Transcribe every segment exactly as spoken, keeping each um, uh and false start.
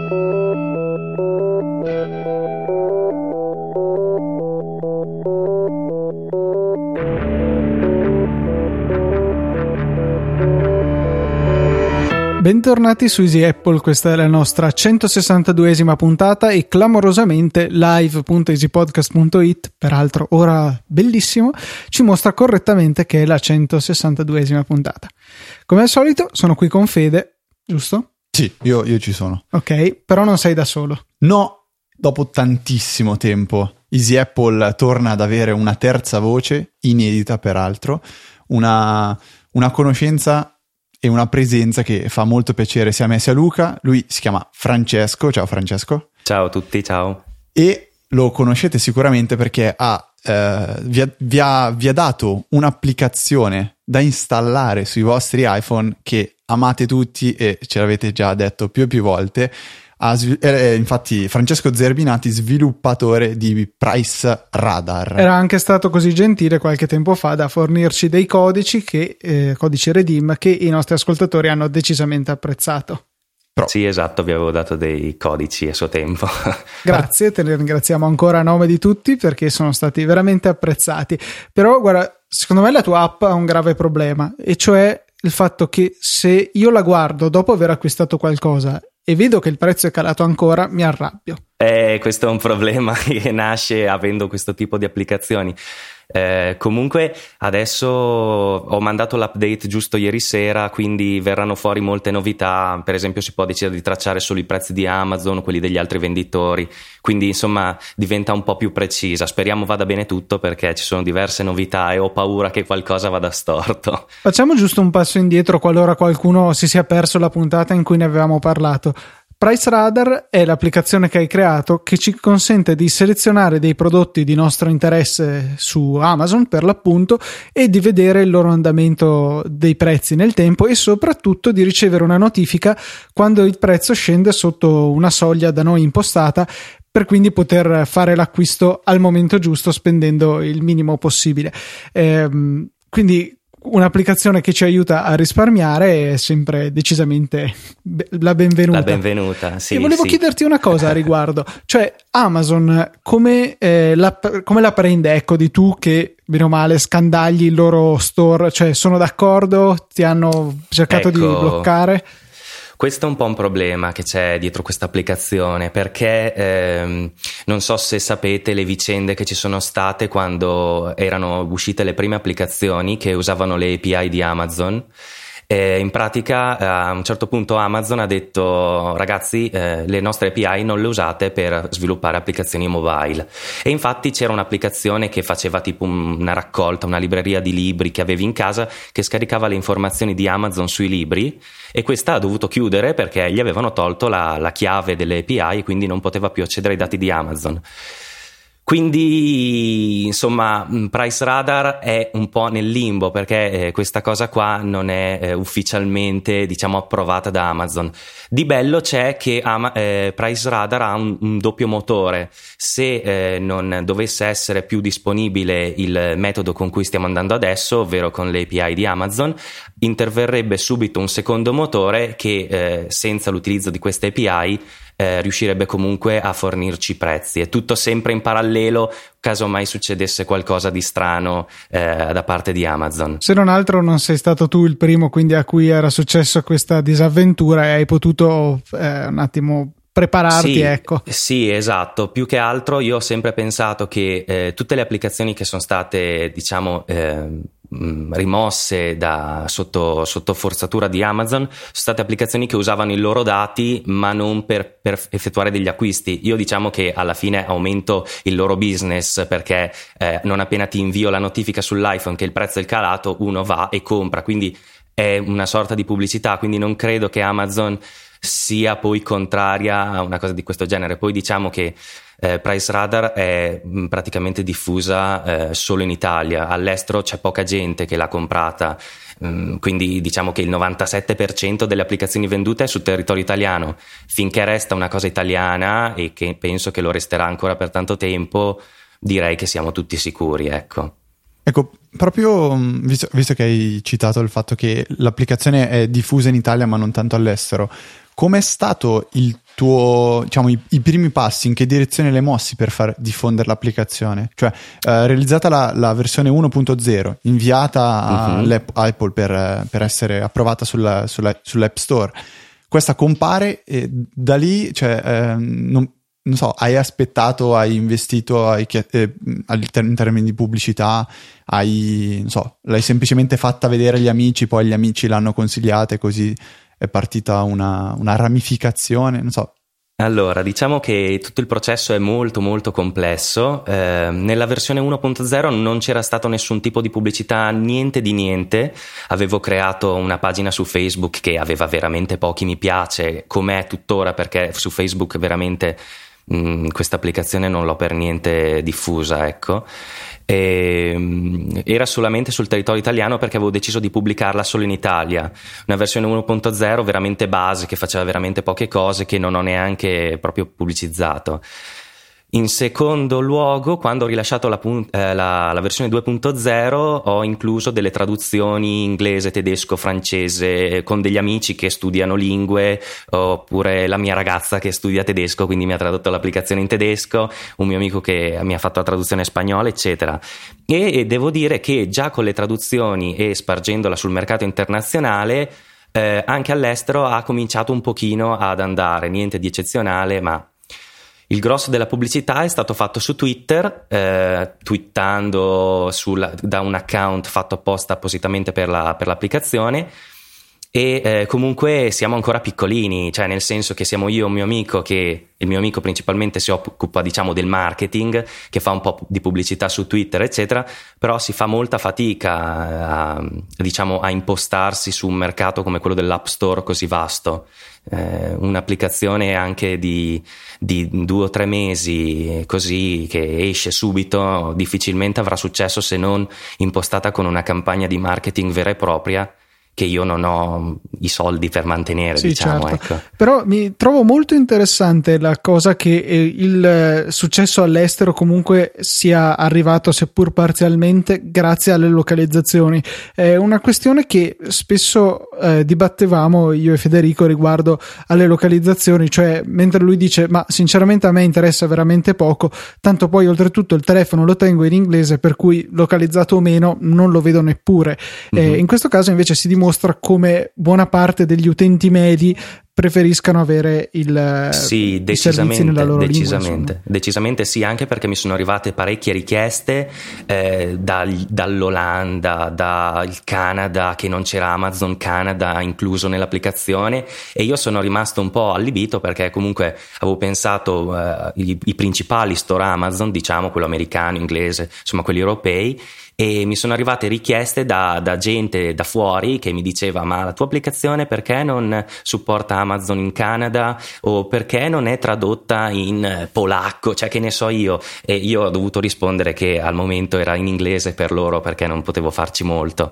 Bentornati su Easy Apple, questa è la nostra centosessantaduesima puntata e clamorosamente live punto easy podcast punto it, peraltro ora bellissimo, ci mostra correttamente che è la centosessantaduesima puntata. Come al solito sono qui con Fede, giusto? Sì, io, io ci sono. Ok, però non sei da solo. No, dopo tantissimo tempo Easy Apple torna ad avere una terza voce, inedita peraltro, una, una conoscenza e una presenza che fa molto piacere sia a me sia a Luca. Lui si chiama Francesco. Ciao Francesco. Ciao a tutti, ciao. E lo conoscete sicuramente perché ha, eh, vi, ha, vi, ha, vi ha dato un'applicazione da installare sui vostri iPhone che amate tutti e ce l'avete già detto più e più volte. Ha, eh, infatti Francesco Zerbinati, sviluppatore di Price Radar. Era anche stato così gentile qualche tempo fa da fornirci dei codici che eh, codici redeem che i nostri ascoltatori hanno decisamente apprezzato. Però. Sì, esatto, vi avevo dato dei codici a suo tempo. Grazie, te ne ringraziamo ancora a nome di tutti perché sono stati veramente apprezzati. Però guarda, secondo me la tua app ha un grave problema, e cioè il fatto che se io la guardo dopo aver acquistato qualcosa e vedo che il prezzo è calato ancora, mi arrabbio. Eh, questo è un problema che nasce avendo questo tipo di applicazioni. Eh, comunque adesso ho mandato l'update giusto ieri sera, quindi verranno fuori molte novità. Per esempio si può decidere di tracciare solo i prezzi di Amazon, quelli degli altri venditori, quindi insomma diventa un po' più precisa. Speriamo vada bene tutto perché ci sono diverse novità e ho paura che qualcosa vada storto. Facciamo giusto un passo indietro qualora qualcuno si sia perso la puntata in cui ne avevamo parlato. Price Radar è l'applicazione che hai creato che ci consente di selezionare dei prodotti di nostro interesse su Amazon per l'appunto e di vedere il loro andamento dei prezzi nel tempo e soprattutto di ricevere una notifica quando il prezzo scende sotto una soglia da noi impostata, per quindi poter fare l'acquisto al momento giusto spendendo il minimo possibile. Ehm, quindi un'applicazione che ci aiuta a risparmiare è sempre decisamente la benvenuta. La benvenuta, sì. E volevo sì. chiederti una cosa a riguardo, cioè Amazon come, eh, la, come la prende? Ecco, di tu che bene o male scandagli il loro store, cioè sono d'accordo? Ti hanno cercato ecco. di bloccare? Questo è un po' un problema che c'è dietro questa applicazione perché ehm, non so se sapete le vicende che ci sono state quando erano uscite le prime applicazioni che usavano le A P I di Amazon. E in pratica a un certo punto Amazon ha detto ragazzi eh, le nostre A P I non le usate per sviluppare applicazioni mobile, e infatti c'era un'applicazione che faceva tipo una raccolta, una libreria di libri che avevi in casa che scaricava le informazioni di Amazon sui libri, e questa ha dovuto chiudere perché gli avevano tolto la, la chiave delle A P I e quindi non poteva più accedere ai dati di Amazon. Quindi insomma Price Radar è un po' nel limbo perché eh, questa cosa qua non è eh, ufficialmente diciamo approvata da Amazon. Di bello c'è che Ama- eh, Price Radar ha un, un doppio motore. Se eh, non dovesse essere più disponibile il metodo con cui stiamo andando adesso, ovvero con le A P I di Amazon, interverrebbe subito un secondo motore che eh, senza l'utilizzo di queste A P I Eh, riuscirebbe comunque a fornirci prezzi. È tutto sempre in parallelo caso mai succedesse qualcosa di strano eh, da parte di Amazon. Se non altro non sei stato tu il primo quindi a cui era successo questa disavventura e hai potuto eh, un attimo prepararti, sì, ecco. Sì, esatto. Più che altro io ho sempre pensato che eh, tutte le applicazioni che sono state diciamo eh, rimosse da sotto, sotto forzatura di Amazon sono state applicazioni che usavano i loro dati ma non per, per effettuare degli acquisti. Io diciamo che alla fine aumento il loro business perché eh, non appena ti invio la notifica sull'iPhone che il prezzo è calato, uno va e compra, quindi è una sorta di pubblicità, quindi non credo che Amazon sia poi contraria a una cosa di questo genere. Poi diciamo che eh, Price Radar è mh, praticamente diffusa eh, solo in Italia, all'estero c'è poca gente che l'ha comprata, mh, quindi diciamo che il novantasette per cento delle applicazioni vendute è sul territorio italiano. Finché resta una cosa italiana, e che penso che lo resterà ancora per tanto tempo, direi che siamo tutti sicuri, ecco. Ecco, proprio visto, visto che hai citato il fatto che l'applicazione è diffusa in Italia ma non tanto all'estero, com'è stato il tuo, diciamo, i, i primi passi, in che direzione le mossi per far diffondere l'applicazione? Cioè, eh, realizzata la, la versione uno punto zero, inviata uh-huh. all'Apple per, per essere approvata sulla, sulla, sull'App Store, questa compare e da lì, cioè, eh, non, non so, hai aspettato, hai investito hai, eh, in termini di pubblicità, hai, non so, l'hai semplicemente fatta vedere agli amici, poi gli amici l'hanno consigliata e così è partita una, una ramificazione, non so. Allora, diciamo che tutto il processo è molto molto complesso. Eh, nella versione uno punto zero non c'era stato nessun tipo di pubblicità, niente di niente. Avevo creato una pagina su Facebook che aveva veramente pochi mi piace, com'è tuttora, perché su Facebook veramente mh, questa applicazione non l'ho per niente diffusa, ecco. E era solamente sul territorio italiano perché avevo deciso di pubblicarla solo in Italia, una versione uno punto zero veramente base che faceva veramente poche cose, che non ho neanche proprio pubblicizzato. In secondo luogo, quando ho rilasciato la, eh, la, la versione due punto zero, ho incluso delle traduzioni inglese, tedesco, francese con degli amici che studiano lingue, oppure la mia ragazza che studia tedesco, quindi mi ha tradotto l'applicazione in tedesco, un mio amico che mi ha fatto la traduzione spagnola, eccetera. E, e devo dire che già con le traduzioni e spargendola sul mercato internazionale, eh, anche all'estero ha cominciato un pochino ad andare, niente di eccezionale, ma il grosso della pubblicità è stato fatto su Twitter, eh, twittando sulla, da un account fatto apposta appositamente per, la, per l'applicazione. E eh, comunque siamo ancora piccolini, cioè nel senso che siamo io e un mio amico, che il mio amico principalmente si occupa, diciamo, del marketing, che fa un po' di pubblicità su Twitter eccetera, però si fa molta fatica a, diciamo, a impostarsi su un mercato come quello dell'App Store così vasto. Eh, un'applicazione anche di, di due o tre mesi così, che esce subito, difficilmente avrà successo se non impostata con una campagna di marketing vera e propria, che io non ho i soldi per mantenere, sì, diciamo, certo. Ecco. Però mi trovo molto interessante la cosa che il successo all'estero comunque sia arrivato, seppur parzialmente, grazie alle localizzazioni. È una questione che spesso eh, dibattevamo io e Federico riguardo alle localizzazioni, cioè mentre lui dice ma sinceramente a me interessa veramente poco, tanto poi oltretutto il telefono lo tengo in inglese, per cui localizzato o meno non lo vedo neppure. Mm-hmm. Eh, in questo caso invece si dimostra mostra come buona parte degli utenti medi preferiscano avere il sì, decisamente, nella loro decisamente, lingua, decisamente sì, anche perché mi sono arrivate parecchie richieste eh, dal, dall'Olanda, dal Canada, che non c'era Amazon Canada incluso nell'applicazione, e io sono rimasto un po' allibito perché comunque avevo pensato eh, i, i principali store Amazon, diciamo quello americano, inglese, insomma quelli europei, e mi sono arrivate richieste da, da gente da fuori che mi diceva ma la tua applicazione perché non supporta Amazon in Canada, o perché non è tradotta in polacco, cioè che ne so io, e io ho dovuto rispondere che al momento era in inglese per loro perché non potevo farci molto.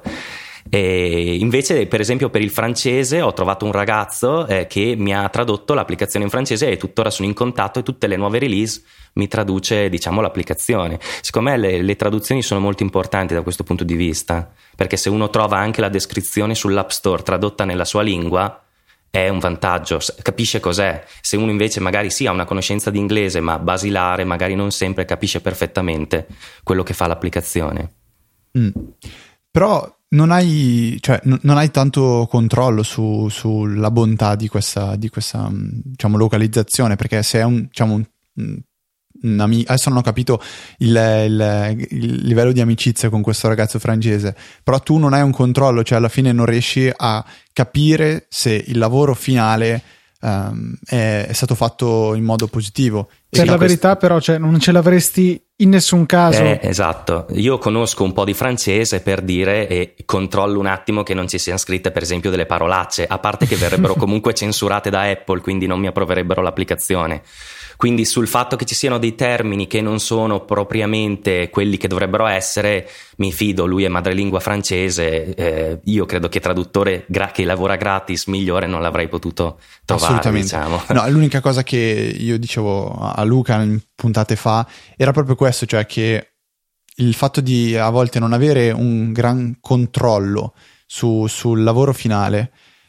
E invece per esempio per il francese ho trovato un ragazzo eh, che mi ha tradotto l'applicazione in francese e tuttora sono in contatto, e tutte le nuove release mi traduce, diciamo, l'applicazione. Secondo me le, le traduzioni sono molto importanti da questo punto di vista, perché se uno trova anche la descrizione sull'App Store tradotta nella sua lingua è un vantaggio, capisce cos'è. Se uno invece magari sì ha una conoscenza di inglese ma basilare, magari non sempre capisce perfettamente quello che fa l'applicazione. Mm. Però non hai, cioè, n- non hai tanto controllo su, sulla bontà di questa, di questa diciamo, localizzazione, perché se è un, diciamo, un, un amico, adesso non ho capito il, il, il livello di amicizia con questo ragazzo francese, però tu non hai un controllo, cioè alla fine non riesci a capire se il lavoro finale um, è, è stato fatto in modo positivo. Per la verità questo... però cioè, non ce l'avresti in nessun caso. Eh, esatto, io conosco un po' di francese per dire, e controllo un attimo che non ci siano scritte per esempio delle parolacce, a parte che verrebbero comunque censurate da Apple, quindi non mi approverebbero l'applicazione. Quindi sul fatto che ci siano dei termini che non sono propriamente quelli che dovrebbero essere, mi fido, lui è madrelingua francese, eh, io credo che traduttore gra- che lavora gratis migliore non l'avrei potuto trovare. Assolutamente. Diciamo. No, l'unica cosa che io dicevo a Luca in puntate fa era proprio questo, cioè che il fatto di a volte non avere un gran controllo su, sul lavoro finale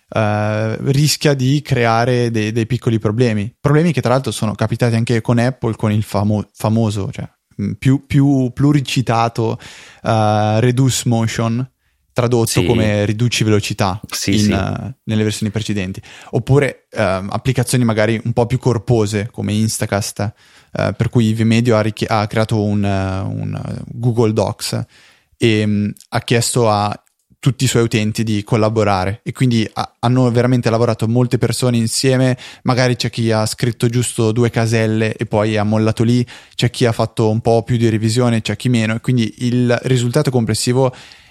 Uh, rischia di creare dei, dei piccoli problemi problemi che tra l'altro sono capitati anche con Apple, con il famo- famoso cioè più, più pluricitato uh, reduce motion, tradotto sì. come riduci velocità sì, in, sì. Uh, nelle versioni precedenti, oppure uh, applicazioni magari un po' più corpose come Instacast, uh, per cui Vmedio ha, richi- ha creato un, uh, un Google Docs e um, ha chiesto a tutti i suoi utenti di collaborare, e quindi a- hanno veramente lavorato molte persone insieme. Magari c'è chi ha scritto giusto due caselle e poi ha mollato lì, c'è chi ha fatto un po' più di revisione, c'è chi meno, e quindi il risultato complessivo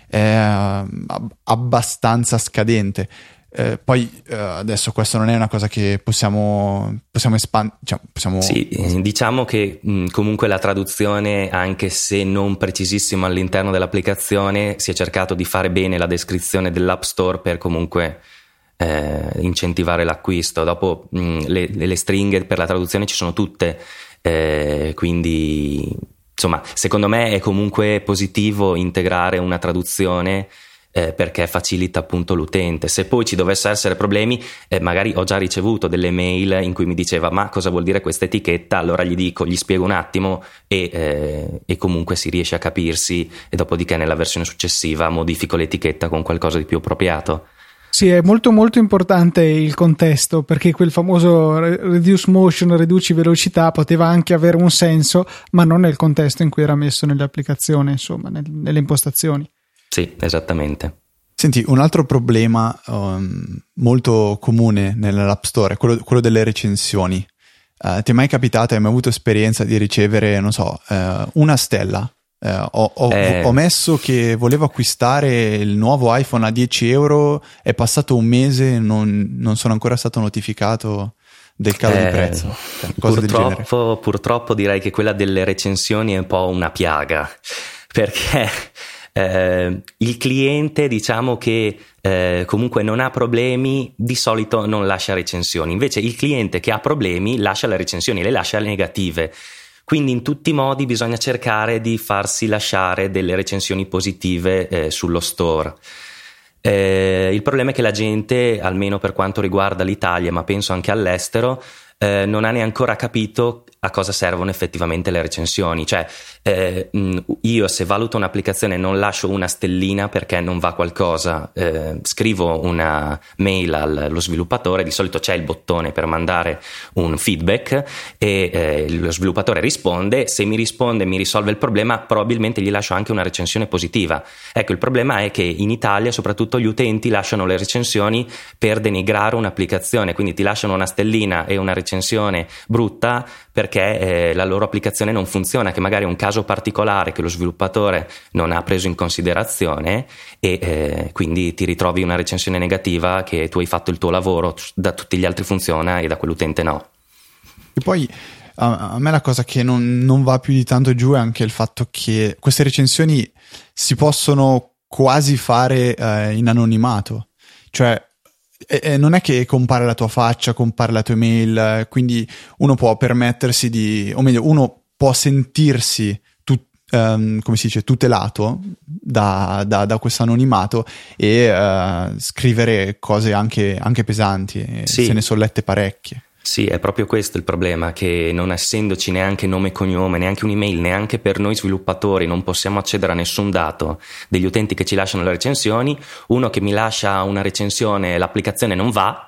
è abbastanza scadente. Eh, poi eh, adesso questo non è una cosa che possiamo possiamo espandere, cioè, possiamo... Sì, diciamo che mh, comunque la traduzione, anche se non precisissimo all'interno dell'applicazione, si è cercato di fare bene la descrizione dell'App Store per comunque eh, incentivare l'acquisto. Dopo mh, le, le stringhe per la traduzione ci sono tutte, eh, quindi insomma secondo me è comunque positivo integrare una traduzione, Eh, perché facilita appunto l'utente. Se poi ci dovessero essere problemi, eh, magari ho già ricevuto delle mail in cui mi diceva ma cosa vuol dire questa etichetta, allora gli dico, gli spiego un attimo e, eh, e comunque si riesce a capirsi, e dopodiché nella versione successiva modifico l'etichetta con qualcosa di più appropriato. Sì, è molto molto importante il contesto, perché quel famoso reduce motion, riduci velocità, poteva anche avere un senso, ma non nel contesto in cui era messo nell'applicazione, insomma, nel, nelle impostazioni. Sì, esattamente. Senti, un altro problema um, molto comune nell'App Store è quello, quello delle recensioni. Uh, ti è mai capitato, hai mai avuto esperienza di ricevere, non so, uh, una stella? Uh, ho, ho, eh. ho messo che volevo acquistare il nuovo iPhone a dieci euro, è passato un mese, non, non sono ancora stato notificato del calo eh, di prezzo. Cosa del genere. Purtroppo, purtroppo direi che quella delle recensioni è un po' una piaga, perché Eh, il cliente, diciamo che eh, comunque non ha problemi, di solito non lascia recensioni. Invece il cliente che ha problemi lascia le recensioni, le lascia negative. Quindi in tutti i modi bisogna cercare di farsi lasciare delle recensioni positive eh, sullo store. Eh, il problema è che la gente, almeno per quanto riguarda l'Italia, ma penso anche all'estero, eh, non ha neanche ancora capito a cosa servono effettivamente le recensioni. Cioè eh, io se valuto un'applicazione non lascio una stellina perché non va qualcosa, eh, scrivo una mail allo sviluppatore, di solito c'è il bottone per mandare un feedback e eh, lo sviluppatore risponde. Se mi risponde e mi risolve il problema, probabilmente gli lascio anche una recensione positiva. Ecco, il problema è che in Italia soprattutto gli utenti lasciano le recensioni per denigrare un'applicazione, quindi ti lasciano una stellina e una recensione brutta perché eh, la loro applicazione non funziona, che magari è un caso particolare che lo sviluppatore non ha preso in considerazione, e eh, quindi ti ritrovi una recensione negativa che tu hai fatto il tuo lavoro, da tutti gli altri funziona e da quell'utente no. E poi a, a me la cosa che non, non va più di tanto giù è anche il fatto che queste recensioni si possono quasi fare eh, in anonimato, cioè E non è che compare la tua faccia, compare la tua email, quindi uno può permettersi di, o meglio, uno può sentirsi tut, um, come si dice, tutelato da, da, da questo anonimato e uh, scrivere cose anche, anche pesanti. Sì. Se ne sono lette parecchie. Sì, è proprio questo il problema, che non essendoci neanche nome e cognome, neanche un'email, neanche per noi sviluppatori non possiamo accedere a nessun dato degli utenti che ci lasciano le recensioni. Uno che mi lascia una recensione, l'applicazione non va,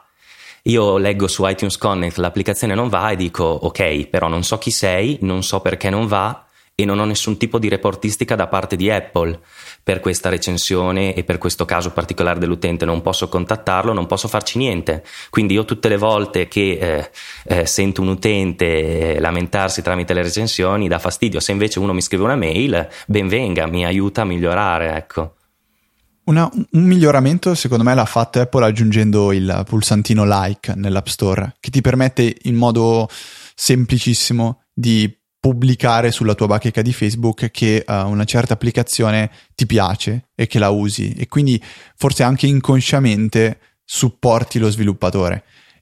io leggo su iTunes Connect l'applicazione non va e dico ok, però non so chi sei, non so perché non va e non ho nessun tipo di reportistica da parte di Apple per questa recensione e per questo caso particolare dell'utente. Non posso contattarlo, non posso farci niente. Quindi io tutte le volte che eh, eh, sento un utente lamentarsi tramite le recensioni dà fastidio. Se invece uno mi scrive una mail, ben venga, mi aiuta a migliorare, ecco. Una, un miglioramento secondo me l'ha fatto Apple aggiungendo il pulsantino like nell'App Store, che ti permette in modo semplicissimo di pubblicare sulla tua bacheca di Facebook che uh, una certa applicazione ti piace e che la usi, e quindi forse anche inconsciamente supporti lo sviluppatore.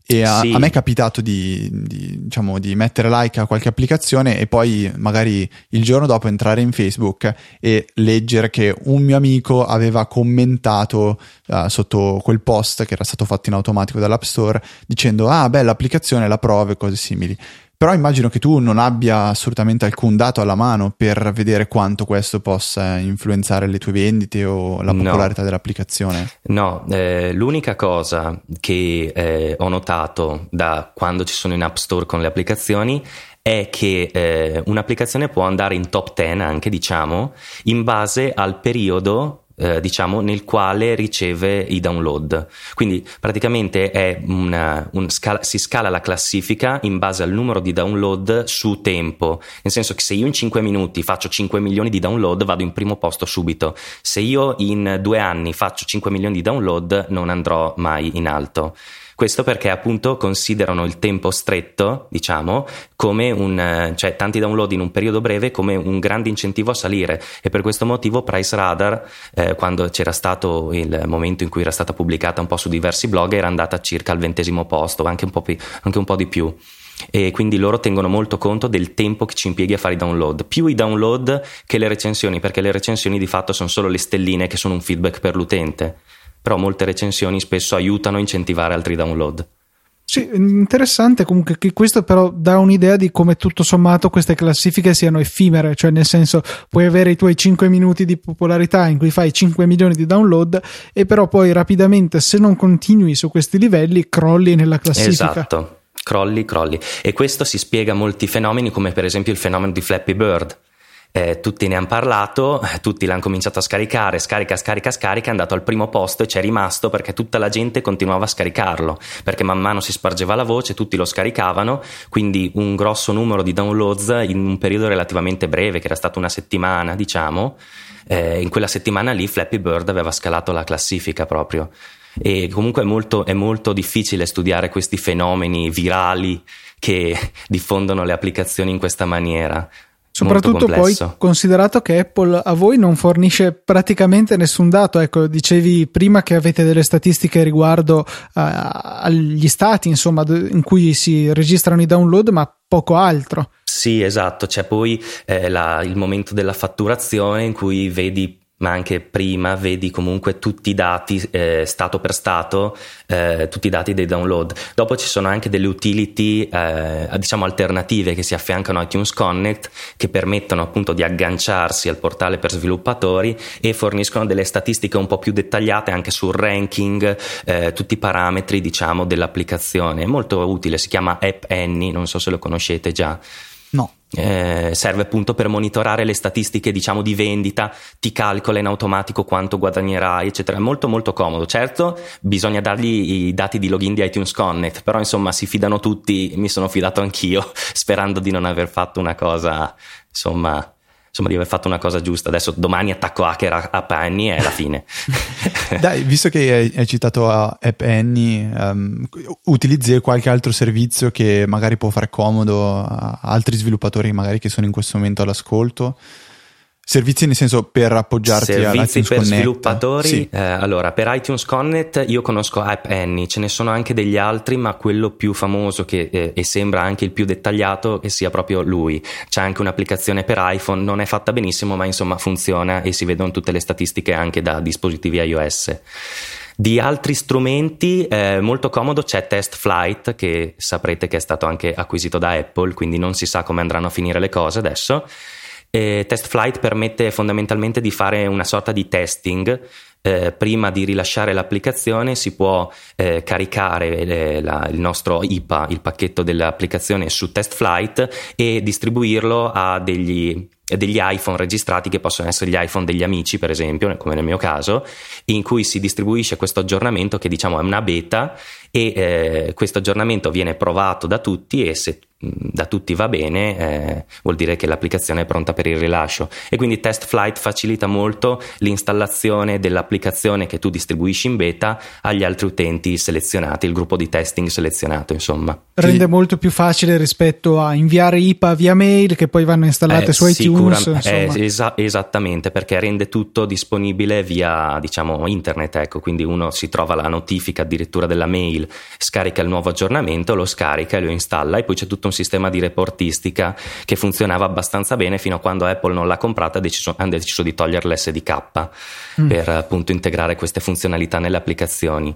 E a, sì. a me è capitato di, di, diciamo, di mettere like a qualche applicazione e poi magari il giorno dopo entrare in Facebook e leggere che un mio amico aveva commentato uh, sotto quel post che era stato fatto in automatico dall'App Store dicendo ah beh, l'applicazione la provo e cose simili. Però immagino che tu non abbia assolutamente alcun dato alla mano per vedere quanto questo possa influenzare le tue vendite o la popolarità no. dell'applicazione. No, eh, l'unica cosa che eh, ho notato da quando ci sono in App Store con le applicazioni è che eh, un'applicazione può andare in top dieci anche, diciamo, in base al periodo Eh, diciamo nel quale riceve i download. Quindi praticamente è una, un scala, si scala la classifica in base al numero di download su tempo, nel senso che se io in cinque minuti faccio cinque milioni di download vado in primo posto subito, se io in due anni faccio cinque milioni di download non andrò mai in alto. Questo perché appunto considerano il tempo stretto, diciamo, come un, cioè tanti download in un periodo breve come un grande incentivo a salire, e per questo motivo Price Radar, eh, quando c'era stato il momento in cui era stata pubblicata un po' su diversi blog, era andata circa al ventesimo posto, anche un po' più, anche un po' di più. E quindi loro tengono molto conto del tempo che ci impieghi a fare i download, più i download che le recensioni, perché le recensioni di fatto sono solo le stelline che sono un feedback per l'utente. Però molte recensioni spesso aiutano a incentivare altri download. Sì, interessante comunque che questo però dà un'idea di come tutto sommato queste classifiche siano effimere, cioè nel senso puoi avere i tuoi cinque minuti di popolarità in cui fai cinque milioni di download e però poi rapidamente, se non continui su questi livelli, crolli nella classifica. Esatto, crolli, crolli. E questo si spiega a molti fenomeni, come per esempio il fenomeno di Flappy Bird. Eh, tutti ne hanno parlato, tutti l'hanno cominciato a scaricare, scarica, scarica, scarica, è andato al primo posto e c'è rimasto perché tutta la gente continuava a scaricarlo, perché man mano si spargeva la voce, tutti lo scaricavano, quindi un grosso numero di downloads in un periodo relativamente breve, che era stato una settimana, diciamo. Eh, in quella settimana lì Flappy Bird aveva scalato la classifica proprio. E comunque è molto, è molto difficile studiare questi fenomeni virali che diffondono le applicazioni in questa maniera. Soprattutto poi considerato che Apple a voi non fornisce praticamente nessun dato, ecco, dicevi prima che avete delle statistiche riguardo uh, agli stati, insomma, in cui si registrano i download, ma poco altro. Sì, esatto, c'è poi eh, la, il momento della fatturazione in cui vedi, ma anche prima vedi comunque tutti i dati eh, stato per stato, eh, tutti i dati dei download. Dopo ci sono anche delle utility eh, diciamo alternative che si affiancano a iTunes Connect, che permettono appunto di agganciarsi al portale per sviluppatori e forniscono delle statistiche un po' più dettagliate anche sul ranking, eh, tutti i parametri diciamo dell'applicazione. È molto utile, si chiama App Annie, non so se lo conoscete già. No. Eh, serve appunto per monitorare le statistiche diciamo di vendita, ti calcola in automatico quanto guadagnerai eccetera, è molto molto comodo. Certo bisogna dargli i dati di login di iTunes Connect, però insomma si fidano tutti, mi sono fidato anch'io sperando di non aver fatto una cosa insomma insomma di aver fatto una cosa giusta. Adesso domani attacco hacker a, a Annie e è la fine. Dai, visto che hai, hai citato App Annie, um, utilizzi qualche altro servizio che magari può fare comodo a altri sviluppatori magari che sono in questo momento all'ascolto? Servizi nel senso per appoggiarti all'iTunes Servizi per Connect. Sviluppatori, sì. eh, allora per iTunes Connect io conosco App Annie, ce ne sono anche degli altri, ma quello più famoso che, eh, e sembra anche il più dettagliato che sia proprio lui. C'è anche un'applicazione per iPhone, non è fatta benissimo ma insomma funziona e si vedono tutte le statistiche anche da dispositivi iOS. Di altri strumenti eh, molto comodo c'è TestFlight, che saprete che è stato anche acquisito da Apple, quindi non si sa come andranno a finire le cose adesso. Eh, TestFlight permette fondamentalmente di fare una sorta di testing. Eh, prima di rilasciare l'applicazione si può eh, caricare le, la, il nostro I P A, il pacchetto dell'applicazione su TestFlight e distribuirlo a degli, degli iPhone registrati che possono essere gli iPhone degli amici per esempio, come nel mio caso, in cui si distribuisce questo aggiornamento che diciamo è una beta e eh, questo aggiornamento viene provato da tutti e se da tutti va bene, eh, vuol dire che l'applicazione è pronta per il rilascio. E quindi Test Flight facilita molto l'installazione dell'applicazione che tu distribuisci in beta agli altri utenti selezionati, il gruppo di testing selezionato, insomma. Rende sì. molto più facile rispetto a inviare I P A via mail che poi vanno installate eh, su iTunes. Eh, esa- esattamente, perché rende tutto disponibile via, diciamo, internet, ecco. Quindi uno si trova la notifica addirittura della mail, scarica il nuovo aggiornamento, lo scarica e lo installa, e poi c'è tutto un sistema di reportistica che funzionava abbastanza bene fino a quando Apple non l'ha comprata e deciso, hanno deciso di togliere l'S D K mm. per appunto integrare queste funzionalità nelle applicazioni.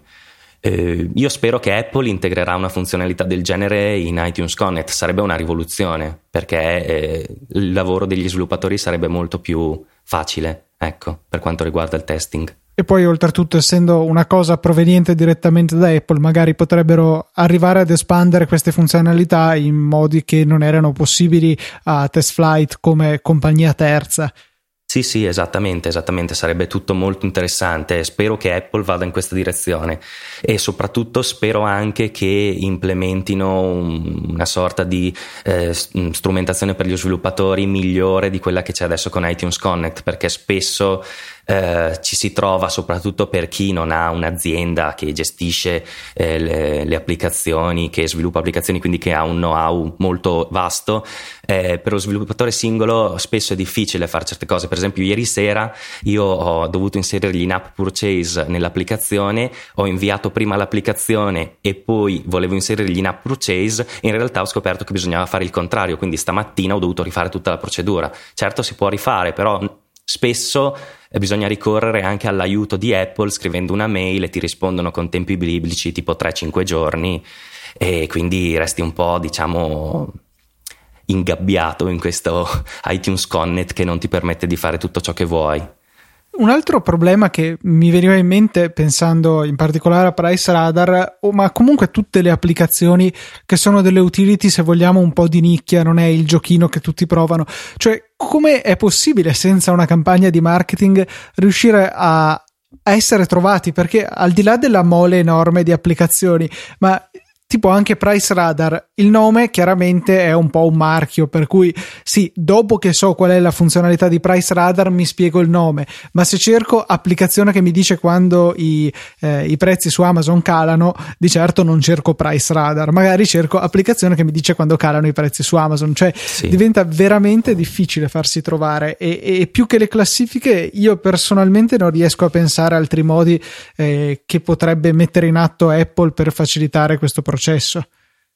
Eh, io spero che Apple integrerà una funzionalità del genere in iTunes Connect, sarebbe una rivoluzione, perché eh, il lavoro degli sviluppatori sarebbe molto più facile, ecco, per quanto riguarda il testing. E poi oltretutto, essendo una cosa proveniente direttamente da Apple, magari potrebbero arrivare ad espandere queste funzionalità in modi che non erano possibili a Test Flight come compagnia terza. Sì, sì, esattamente, esattamente, sarebbe tutto molto interessante. Spero che Apple vada in questa direzione e soprattutto spero anche che implementino un, una sorta di eh, strumentazione per gli sviluppatori migliore di quella che c'è adesso con iTunes Connect, perché spesso eh, ci si trova, soprattutto per chi non ha un'azienda che gestisce eh, le, le applicazioni, che sviluppa applicazioni, quindi che ha un know-how molto vasto, eh, per lo sviluppatore singolo spesso è difficile fare certe cose. Per esempio ieri sera io ho dovuto inserire gli in-app purchase nell'applicazione, ho inviato prima l'applicazione e poi volevo inserire gli in-app purchase, e in realtà ho scoperto che bisognava fare il contrario, quindi stamattina ho dovuto rifare tutta la procedura. Certo, si può rifare, però spesso bisogna ricorrere anche all'aiuto di Apple scrivendo una mail e ti rispondono con tempi biblici tipo tre cinque giorni, e quindi resti un po', diciamo, ingabbiato in questo iTunes Connect che non ti permette di fare tutto ciò che vuoi. Un altro problema che mi veniva in mente pensando in particolare a Price Radar, oh, ma comunque tutte le applicazioni che sono delle utility, se vogliamo, un po' di nicchia, non è il giochino che tutti provano, cioè come è possibile senza una campagna di marketing riuscire a, a essere trovati? Perché al di là della mole enorme di applicazioni, ma tipo anche Price Radar, il nome chiaramente è un po' un marchio, per cui sì, dopo che so qual è la funzionalità di Price Radar mi spiego il nome, ma se cerco applicazione che mi dice quando i, eh, i prezzi su Amazon calano, di certo non cerco Price Radar, magari cerco applicazione che mi dice quando calano i prezzi su Amazon, cioè sì. Diventa veramente difficile farsi trovare, e, e più che le classifiche io personalmente non riesco a pensare a altri modi eh, che potrebbe mettere in atto Apple per facilitare questo processo. Processo.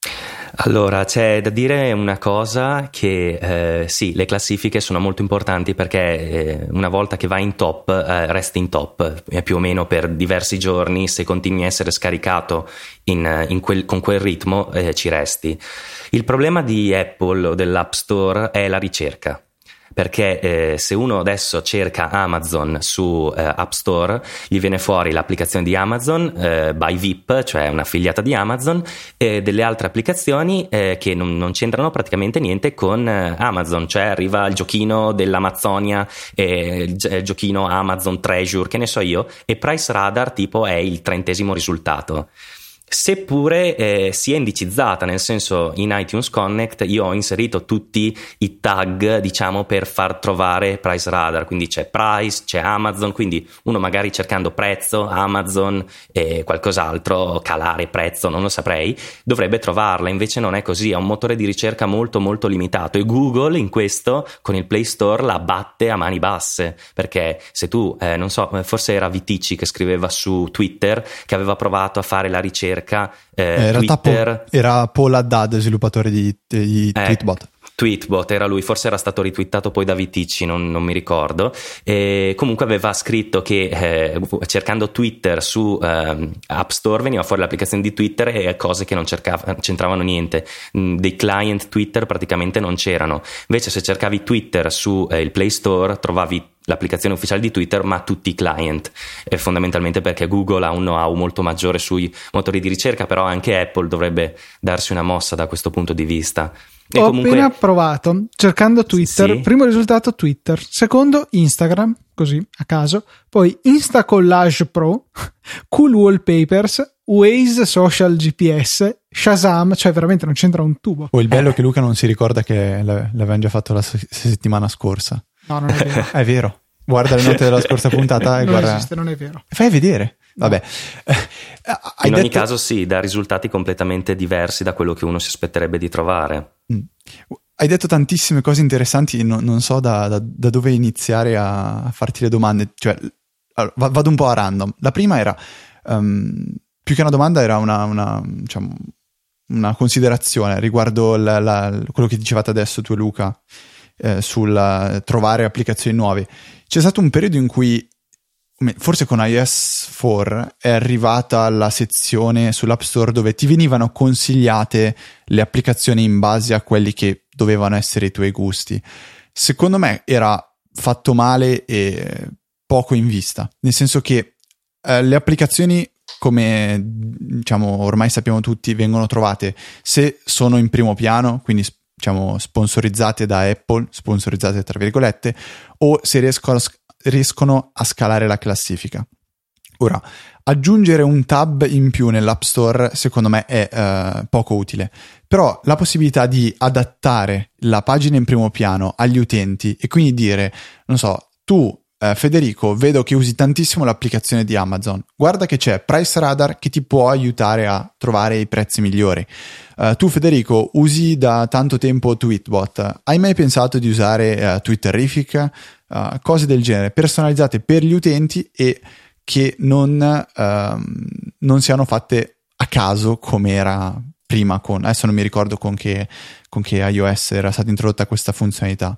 Allora, c'è da dire una cosa, che eh, sì, le classifiche sono molto importanti, perché eh, una volta che vai in top eh, resti in top eh, più o meno per diversi giorni. Se continui a essere scaricato in, in quel, con quel ritmo eh, ci resti. Il problema di Apple o dell'App Store è la ricerca, perché eh, se uno adesso cerca Amazon su eh, App Store gli viene fuori l'applicazione di Amazon eh, by V I P, cioè un'affiliata di Amazon, e delle altre applicazioni eh, che non, non c'entrano praticamente niente con eh, Amazon, cioè arriva il giochino dell'Amazzonia, eh, il, il giochino Amazon Treasure, che ne so io, e Price Radar tipo è il trentesimo risultato. Seppure eh, sia indicizzata, nel senso, in iTunes Connect io ho inserito tutti i tag, diciamo, per far trovare Price Radar, quindi c'è Price, c'è Amazon, quindi uno magari cercando prezzo, Amazon e qualcos'altro, calare prezzo, non lo saprei, dovrebbe trovarla. Invece non è così, è un motore di ricerca molto molto limitato, e Google in questo con il Play Store la batte a mani basse, perché se tu, eh, non so, forse era Viticci che scriveva su Twitter che aveva provato a fare la ricerca Eh, eh, in realtà Twitter, po- era Paul Haddad, sviluppatore di, di eh, Tweetbot. Tweetbot era lui, forse era stato ritwittato poi da Viticci, non, non mi ricordo. E comunque aveva scritto che eh, cercando Twitter su eh, App Store veniva fuori l'applicazione di Twitter e cose che non cercava, c'entravano niente. Dei client Twitter praticamente non c'erano. Invece se cercavi Twitter su eh, il Play Store trovavi l'applicazione ufficiale di Twitter, ma tutti i client, eh, fondamentalmente perché Google ha un know-how molto maggiore sui motori di ricerca, però anche Apple dovrebbe darsi una mossa da questo punto di vista. E Ho comunque... appena provato cercando Twitter, sì. Primo risultato Twitter, secondo Instagram, così a caso, poi Instacollage Pro, Cool Wallpapers, Waze, Social, G P S, Shazam, cioè veramente non c'entra un tubo. O il bello è che Luca non si ricorda che l'avevamo già fatto la settimana scorsa. No, non è vero. È vero. Guarda le note della scorsa puntata e non guarda. esiste, non è vero. Fai vedere. Vabbè. No. Hai In ogni detto... caso sì, dà risultati completamente diversi da quello che uno si aspetterebbe di trovare. Mm. Hai detto tantissime cose interessanti, no, non so da, da, da dove iniziare a, a farti le domande. Cioè, allora, vado un po' a random. La prima era, um, più che una domanda, era una, una, diciamo, una considerazione riguardo la, la, quello che dicevate adesso tu e Luca, eh, sul trovare applicazioni nuove. C'è stato un periodo in cui, forse con iOS quattro, è arrivata la sezione sull'App Store dove ti venivano consigliate le applicazioni in base a quelli che dovevano essere i tuoi gusti. Secondo me era fatto male e poco in vista, nel senso che eh, le applicazioni, come diciamo ormai sappiamo tutti, vengono trovate se sono in primo piano, quindi diciamo sponsorizzate da Apple, sponsorizzate tra virgolette, o se riescono a riescono a scalare la classifica. Ora, aggiungere un tab in più nell'App Store secondo me è eh, poco utile, però la possibilità di adattare la pagina in primo piano agli utenti e quindi dire, non so, tu eh, Federico, vedo che usi tantissimo l'applicazione di Amazon, guarda che c'è Price Radar che ti può aiutare a trovare i prezzi migliori. Uh, tu Federico usi da tanto tempo Tweetbot, hai mai pensato di usare uh, Twitterific? Uh, cose del genere, personalizzate per gli utenti e che non, uh, non siano fatte a caso come era prima con, adesso non mi ricordo con che, con che iOS era stata introdotta questa funzionalità.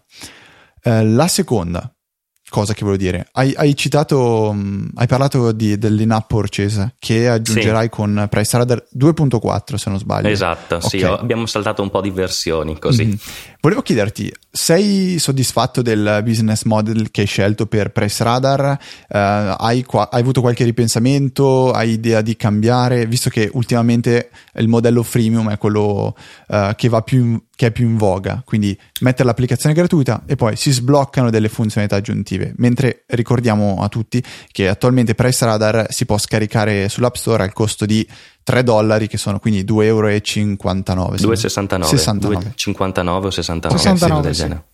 Uh, la seconda cosa che volevo dire, hai, hai citato, um, hai parlato di, dell'in-app purchase che aggiungerai sì. con Price Radar due punto quattro se non sbaglio. Esatto, okay. Sì, abbiamo saltato un po' di versioni così. Mm-hmm. Volevo chiederti, sei soddisfatto del business model che hai scelto per Price Radar? Uh, hai, qua- hai avuto qualche ripensamento? Hai idea di cambiare? Visto che ultimamente il modello freemium è quello uh, che va più in, che è più in voga, quindi mettere l'applicazione gratuita e poi si sbloccano delle funzionalità aggiuntive, mentre ricordiamo a tutti che attualmente Price Radar si può scaricare sull'App Store al costo di tre dollari, che sono quindi due euro e cinquantanove. due e sessantanove. due e cinquantanove o sessantanove. sessantanove del sì. genere.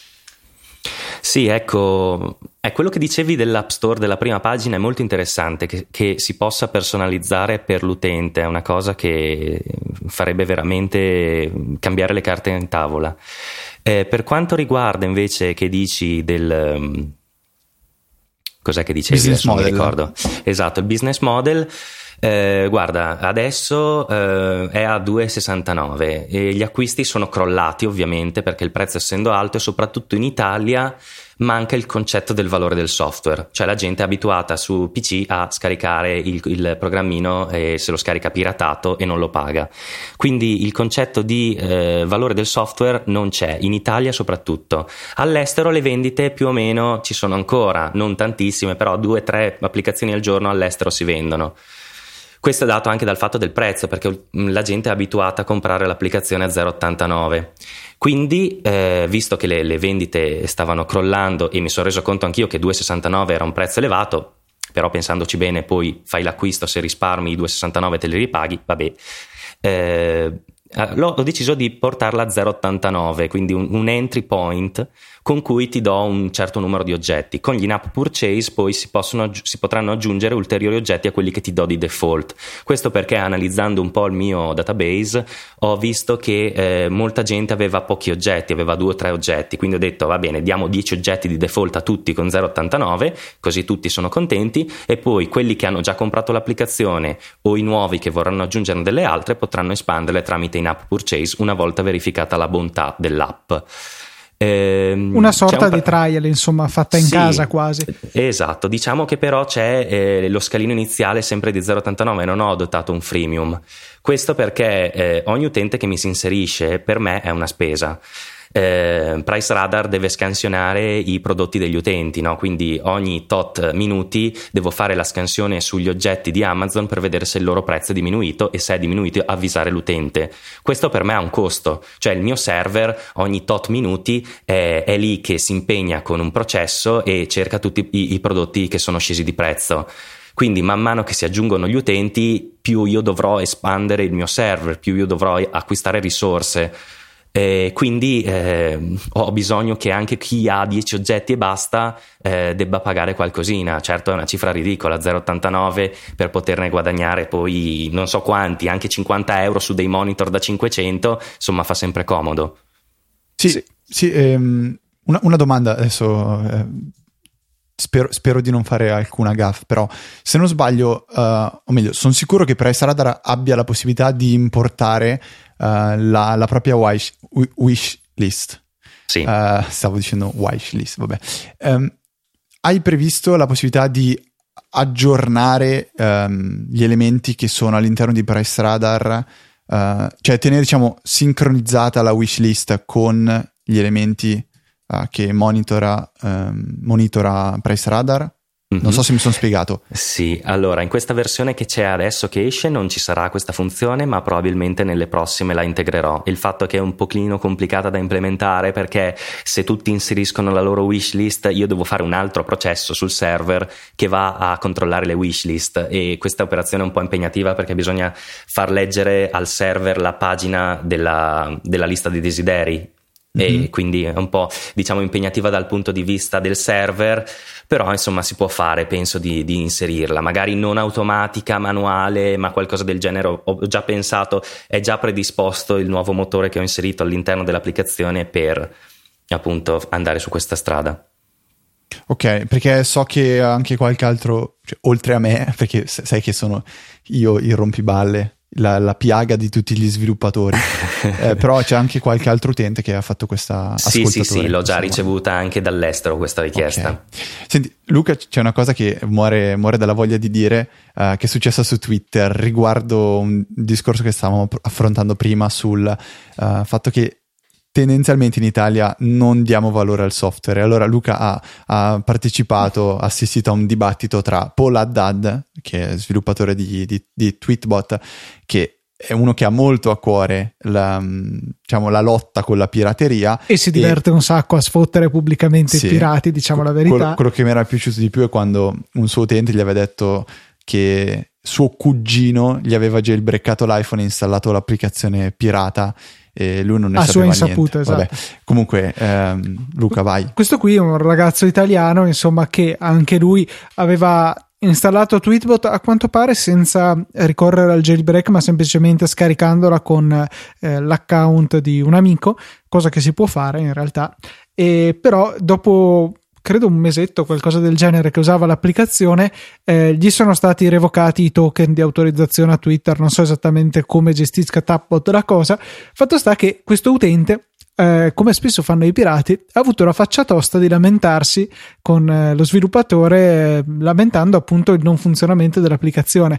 Sì, ecco, è quello che dicevi dell'App Store della prima pagina, è molto interessante che, che si possa personalizzare per l'utente, è una cosa che farebbe veramente cambiare le carte in tavola. Eh, per quanto riguarda invece che dici del... Um, cos'è che dicevi? Business Adesso non mi model. ricordo. Esatto, il business model. Eh, guarda, adesso eh, è a due e sessantanove e gli acquisti sono crollati ovviamente perché il prezzo essendo alto e soprattutto in Italia manca il concetto del valore del software, cioè la gente è abituata su P C a scaricare il, il programmino e se lo scarica piratato e non lo paga, quindi il concetto di eh, valore del software non c'è, in Italia soprattutto. All'estero le vendite più o meno ci sono ancora, non tantissime, però due o tre applicazioni al giorno all'estero si vendono. Questo è dato anche dal fatto del prezzo, perché la gente è abituata a comprare l'applicazione a zero virgola ottantanove. Quindi, eh, visto che le, le vendite stavano crollando e mi sono reso conto anch'io che due virgola sessantanove era un prezzo elevato, però pensandoci bene poi fai l'acquisto, se risparmi i due virgola sessantanove te li ripaghi, vabbè. Eh, l'ho, ho deciso di portarla a zero virgola ottantanove, quindi un, un entry point con cui ti do un certo numero di oggetti. Con gli in-app purchase poi si, possono, si potranno aggiungere ulteriori oggetti a quelli che ti do di default. Questo perché, analizzando un po' il mio database, ho visto che eh, molta gente aveva pochi oggetti, aveva due o tre oggetti, quindi ho detto va bene, diamo dieci oggetti di default a tutti con zero virgola ottantanove, così tutti sono contenti, e poi quelli che hanno già comprato l'applicazione o i nuovi che vorranno aggiungerne delle altre potranno espanderle tramite in-app purchase una volta verificata la bontà dell'app. Eh, una sorta un... di trial, insomma, fatta in sì, casa quasi. Esatto, diciamo che però c'è eh, lo scalino iniziale sempre di zero virgola ottantanove, non ho adottato un freemium. Questo perché eh, ogni utente che mi si inserisce per me è una spesa. Eh, Price Radar deve scansionare i prodotti degli utenti, no? Quindi ogni tot minuti devo fare la scansione sugli oggetti di Amazon per vedere se il loro prezzo è diminuito, e se è diminuito avvisare l'utente. Questo per me ha un costo, cioè il mio server ogni tot minuti è, è lì che si impegna con un processo e cerca tutti i, i prodotti che sono scesi di prezzo. Quindi man mano che si aggiungono gli utenti, più io dovrò espandere il mio server, più io dovrò acquistare risorse. Eh, quindi eh, ho bisogno che anche chi ha dieci oggetti e basta eh, debba pagare qualcosina. Certo, è una cifra ridicola, zero virgola ottantanove, per poterne guadagnare poi non so quanti, anche cinquanta euro su dei monitor da cinquecento, insomma fa sempre comodo. Sì, sì, sì ehm, una, una domanda adesso, eh, spero, spero di non fare alcuna gaffe, però se non sbaglio, uh, o meglio, sono sicuro che PriceRadar abbia la possibilità di importare Uh, la, la propria wish, wish list. Sì. Uh, stavo dicendo wish list, vabbè. Um, hai previsto la possibilità di aggiornare um, gli elementi che sono all'interno di PriceRadar, uh, cioè tenere, diciamo, sincronizzata la wish list con gli elementi uh, che monitora, um, monitora PriceRadar? Non mm-hmm. so se mi sono spiegato. Sì, allora in questa versione che c'è adesso che esce non ci sarà questa funzione, ma probabilmente nelle prossime la integrerò. Il fatto è che è un pochino complicata da implementare, perché se tutti inseriscono la loro wishlist io devo fare un altro processo sul server che va a controllare le wishlist, e questa operazione è un po' impegnativa perché bisogna far leggere al server la pagina della, della lista di desideri. E mm-hmm. quindi è un po', diciamo, impegnativa dal punto di vista del server, però insomma si può fare, penso di, di inserirla, magari non automatica, manuale, ma qualcosa del genere. Ho già pensato, è già predisposto il nuovo motore che ho inserito all'interno dell'applicazione per appunto andare su questa strada. Ok, perché so che anche qualche altro, cioè, oltre a me, perché sai che sono io il rompiballe, La, la piaga di tutti gli sviluppatori, eh, però c'è anche qualche altro utente che ha fatto questa sì sì sì l'ho già ricevuta anche dall'estero questa richiesta. Okay. Senti Luca, c'è una cosa che muore, muore dalla voglia di dire, uh, che è successa su Twitter riguardo un discorso che stavamo affrontando prima sul uh, fatto che tendenzialmente in Italia non diamo valore al software. Allora Luca ha, ha partecipato, ha assistito a un dibattito tra Paul Haddad, che è sviluppatore di, di, di Tweetbot, che è uno che ha molto a cuore la, diciamo, la lotta con la pirateria, e si diverte e, un sacco a sfottere pubblicamente sì, i pirati, diciamo la verità. Quello, quello che mi era piaciuto di più è quando un suo utente gli aveva detto che suo cugino gli aveva jailbreakato l'iPhone e installato l'applicazione pirata, e lui non ne a sapeva sua insaputa, niente. esatto. Vabbè, comunque ehm, Luca, vai. Questo qui è un ragazzo italiano, insomma, che anche lui aveva installato Tweetbot a quanto pare senza ricorrere al jailbreak, ma semplicemente scaricandola con eh, l'account di un amico, cosa che si può fare in realtà. E però dopo credo un mesetto, qualcosa del genere, che usava l'applicazione, eh, gli sono stati revocati i token di autorizzazione a Twitter. Non so esattamente come gestisca Tapbot la cosa. Fatto sta che questo utente, eh, come spesso fanno i pirati, ha avuto la faccia tosta di lamentarsi con eh, lo sviluppatore, eh, lamentando appunto il non funzionamento dell'applicazione.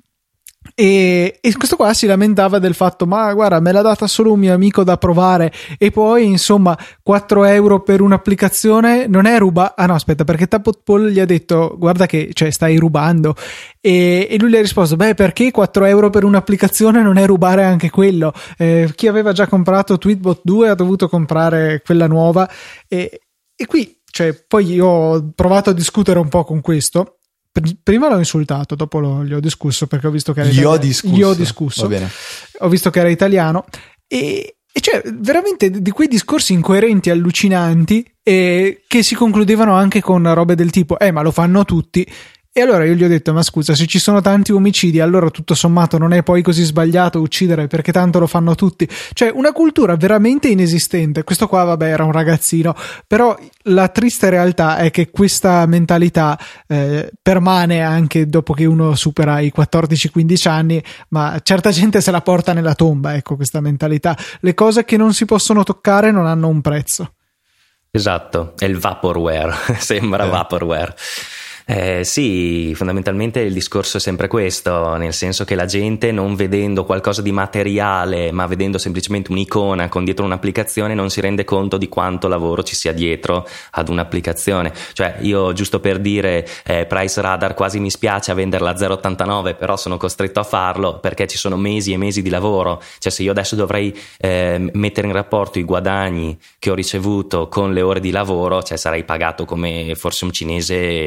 E, e questo qua si lamentava del fatto: ma guarda, me l'ha data solo un mio amico da provare, e poi insomma quattro euro per un'applicazione non è ruba. Ah no, aspetta, perché Tapbot Paul gli ha detto: guarda che, cioè, stai rubando. E, e lui gli ha risposto: beh, perché quattro euro per un'applicazione non è rubare anche quello? Eh, chi aveva già comprato Tweetbot due ha dovuto comprare quella nuova. E, e qui, cioè, poi io ho provato a discutere un po' con questo. Prima l'ho insultato, dopo lo, gli ho discusso, perché ho visto che era gli italiano. ho discusso, gli ho discusso. Va bene. Ho visto che era italiano, e, e cioè veramente di quei discorsi incoerenti, allucinanti, e che si concludevano anche con robe del tipo: eh ma lo fanno tutti. E allora io gli ho detto: ma scusa, se ci sono tanti omicidi, allora tutto sommato non è poi così sbagliato uccidere, perché tanto lo fanno tutti. Cioè, una cultura veramente inesistente. Questo qua, vabbè, era un ragazzino, però la triste realtà è che questa mentalità eh, permane anche dopo che uno supera i quattordici quindici anni, ma certa gente se la porta nella tomba, ecco, questa mentalità. Le cose che non si possono toccare non hanno un prezzo. Esatto, è il vaporware, sembra eh. vaporware. Eh, sì, fondamentalmente il discorso è sempre questo, nel senso che la gente, non vedendo qualcosa di materiale, ma vedendo semplicemente un'icona con dietro un'applicazione, non si rende conto di quanto lavoro ci sia dietro ad un'applicazione. Cioè, io, giusto per dire, eh, PriceRadar quasi mi spiace a venderla a zero virgola ottantanove, però sono costretto a farlo perché ci sono mesi e mesi di lavoro. Cioè, se io adesso dovrei eh, mettere in rapporto i guadagni che ho ricevuto con le ore di lavoro, cioè sarei pagato come forse un cinese eh,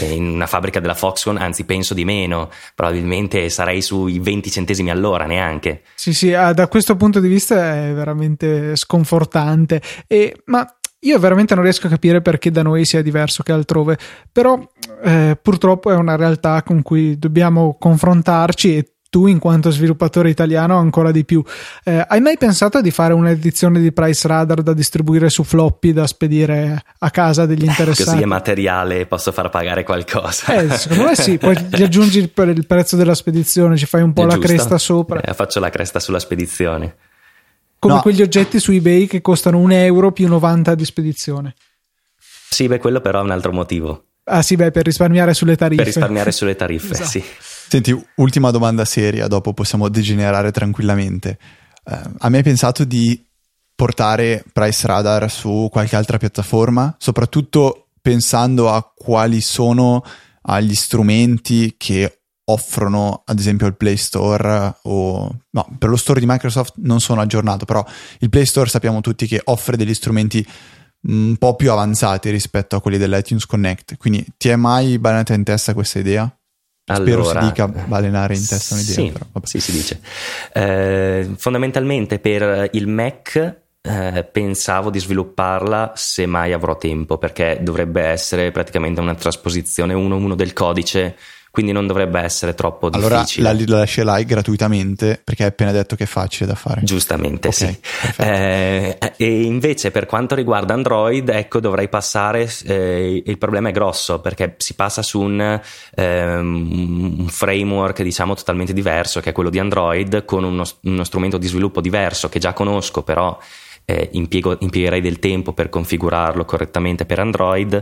in una fabbrica della Foxconn, anzi penso di meno, probabilmente sarei sui venti centesimi all'ora, neanche. Sì, sì, da questo punto di vista è veramente sconfortante. E, ma io veramente non riesco a capire perché da noi sia diverso che altrove, però eh, purtroppo è una realtà con cui dobbiamo confrontarci, e tu in quanto sviluppatore italiano ancora di più. Eh, hai mai pensato di fare un'edizione di Price Radar da distribuire su floppy da spedire a casa degli interessati? Così è materiale, posso far pagare qualcosa. Eh, secondo me sì, poi gli aggiungi il, il prezzo della spedizione, ci fai un po' è la giusto. cresta sopra. Eh, faccio la cresta sulla spedizione. Come no. quegli oggetti su eBay che costano un euro più novanta di spedizione. Sì, beh, quello però è un altro motivo. Ah sì, beh, per risparmiare sulle tariffe. Per risparmiare sulle tariffe, esatto. Sì. Senti, ultima domanda seria, dopo possiamo degenerare tranquillamente. Eh, a me hai pensato di portare Price Radar su qualche altra piattaforma, soprattutto pensando a quali sono agli strumenti che offrono ad esempio il Play Store, o no, per lo store di Microsoft non sono aggiornato, però il Play Store sappiamo tutti che offre degli strumenti un po' più avanzati rispetto a quelli dell'iTunes Connect. Quindi ti è mai balenata in testa questa idea? Spero Allora, si dica balenare in testa un'idea. Sì, però, vabbè. sì, si dice. Eh, fondamentalmente per il Mac eh, pensavo di svilupparla se mai avrò tempo, perché dovrebbe essere praticamente una trasposizione uno a uno del codice, quindi non dovrebbe essere troppo difficile. Allora la, la lascerai gratuitamente, perché hai appena detto che è facile da fare. Giustamente, okay, sì. Eh, e invece per quanto riguarda Android, ecco, dovrei passare, eh, il problema è grosso, perché si passa su un, um, un framework diciamo totalmente diverso, che è quello di Android, con uno, uno strumento di sviluppo diverso che già conosco, però eh, impiego, impiegherei del tempo per configurarlo correttamente per Android.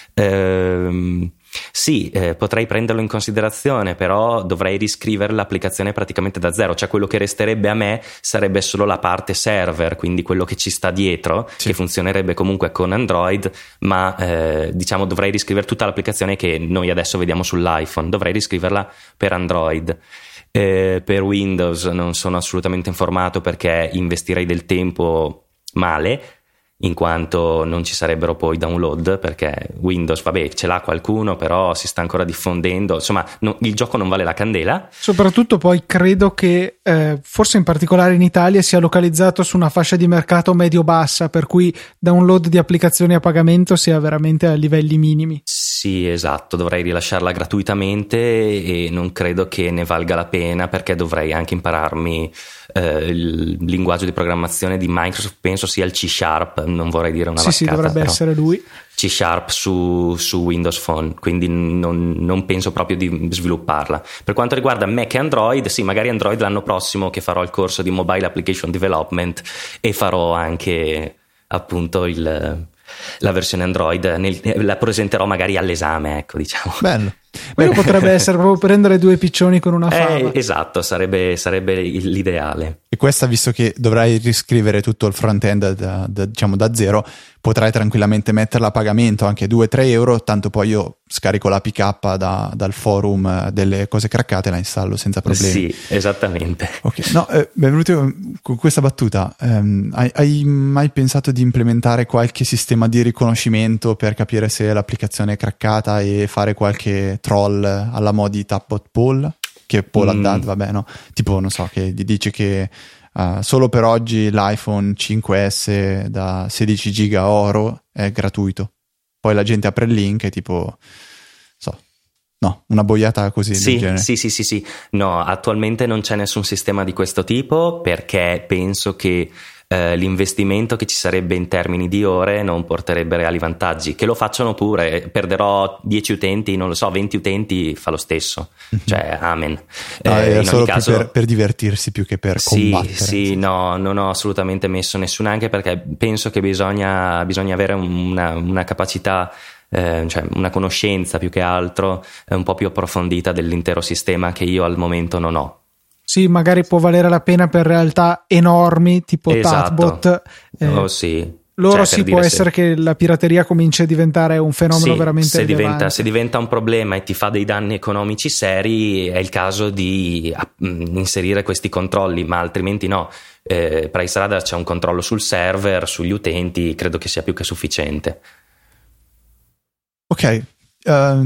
Ehm Sì, eh, potrei prenderlo in considerazione, però dovrei riscrivere l'applicazione praticamente da zero, cioè quello che resterebbe a me sarebbe solo la parte server, quindi quello che ci sta dietro, sì, che funzionerebbe comunque con Android, ma eh, diciamo dovrei riscrivere tutta l'applicazione che noi adesso vediamo sull'iPhone, dovrei riscriverla per Android. Eh, per Windows non sono assolutamente informato, perché investirei del tempo male, in quanto non ci sarebbero poi download, perché Windows, vabbè, ce l'ha qualcuno, però si sta ancora diffondendo, insomma no, il gioco non vale la candela. Soprattutto poi credo che eh, forse in particolare in Italia sia localizzato su una fascia di mercato medio-bassa, per cui download di applicazioni a pagamento sia veramente a livelli minimi. Sì, esatto, dovrei rilasciarla gratuitamente e non credo che ne valga la pena, perché dovrei anche impararmi eh, il linguaggio di programmazione di Microsoft, penso sia il C Sharp, non vorrei dire una sì, vaccata. Sì, dovrebbe essere lui. C Sharp su, su Windows Phone, quindi non, non penso proprio di svilupparla. Per quanto riguarda Mac e Android, sì, magari Android l'anno prossimo, che farò il corso di Mobile Application Development e farò anche appunto il... la versione Android, nel, la presenterò magari all'esame, ecco, diciamo. Bello. Quello potrebbe essere proprio prendere due piccioni con una fava. Eh, esatto, sarebbe, sarebbe l'ideale. E questa, visto che dovrai riscrivere tutto il front-end da, da, diciamo da zero, potrai tranquillamente metterla a pagamento, anche due tre euro, tanto poi io scarico l'A P K da, dal forum delle cose craccate e la installo senza problemi. Sì, esattamente. Ok, no, eh, benvenuto con questa battuta. Um, hai, hai mai pensato di implementare qualche sistema di riconoscimento per capire se l'applicazione è craccata e fare qualche troll alla modi Tapbot Poll? Che Paul mm. ha dato, vabbè, no? Tipo, non so, che gli dice che uh, solo per oggi l'iPhone cinque S da sedici giga oro è gratuito. Poi la gente apre il link e tipo, so, no, una boiata così sì, del genere. Sì, sì, sì, sì. No, attualmente non c'è nessun sistema di questo tipo, perché penso che eh, l'investimento che ci sarebbe in termini di ore non porterebbe reali vantaggi. Che lo facciano pure, perderò dieci utenti, non lo so, venti utenti, fa lo stesso. Cioè, amen. No, eh, era in solo ogni caso, per, per divertirsi più che per sì, combattere. Sì, sì, no, non ho assolutamente messo nessuno, anche perché penso che bisogna, bisogna avere una, una capacità, eh, cioè una conoscenza più che altro eh, un po' più approfondita dell'intero sistema, che io al momento non ho. Sì, magari può valere la pena per realtà enormi tipo esatto. Tatbot. Eh, oh, sì. Loro cioè, sì, può essere sì. che la pirateria cominci a diventare un fenomeno sì, veramente se rilevante. diventa, se diventa un problema e ti fa dei danni economici seri, è il caso di uh, inserire questi controlli, ma altrimenti no. Eh, Price Radar c'è un controllo sul server, sugli utenti, credo che sia più che sufficiente. Ok, uh,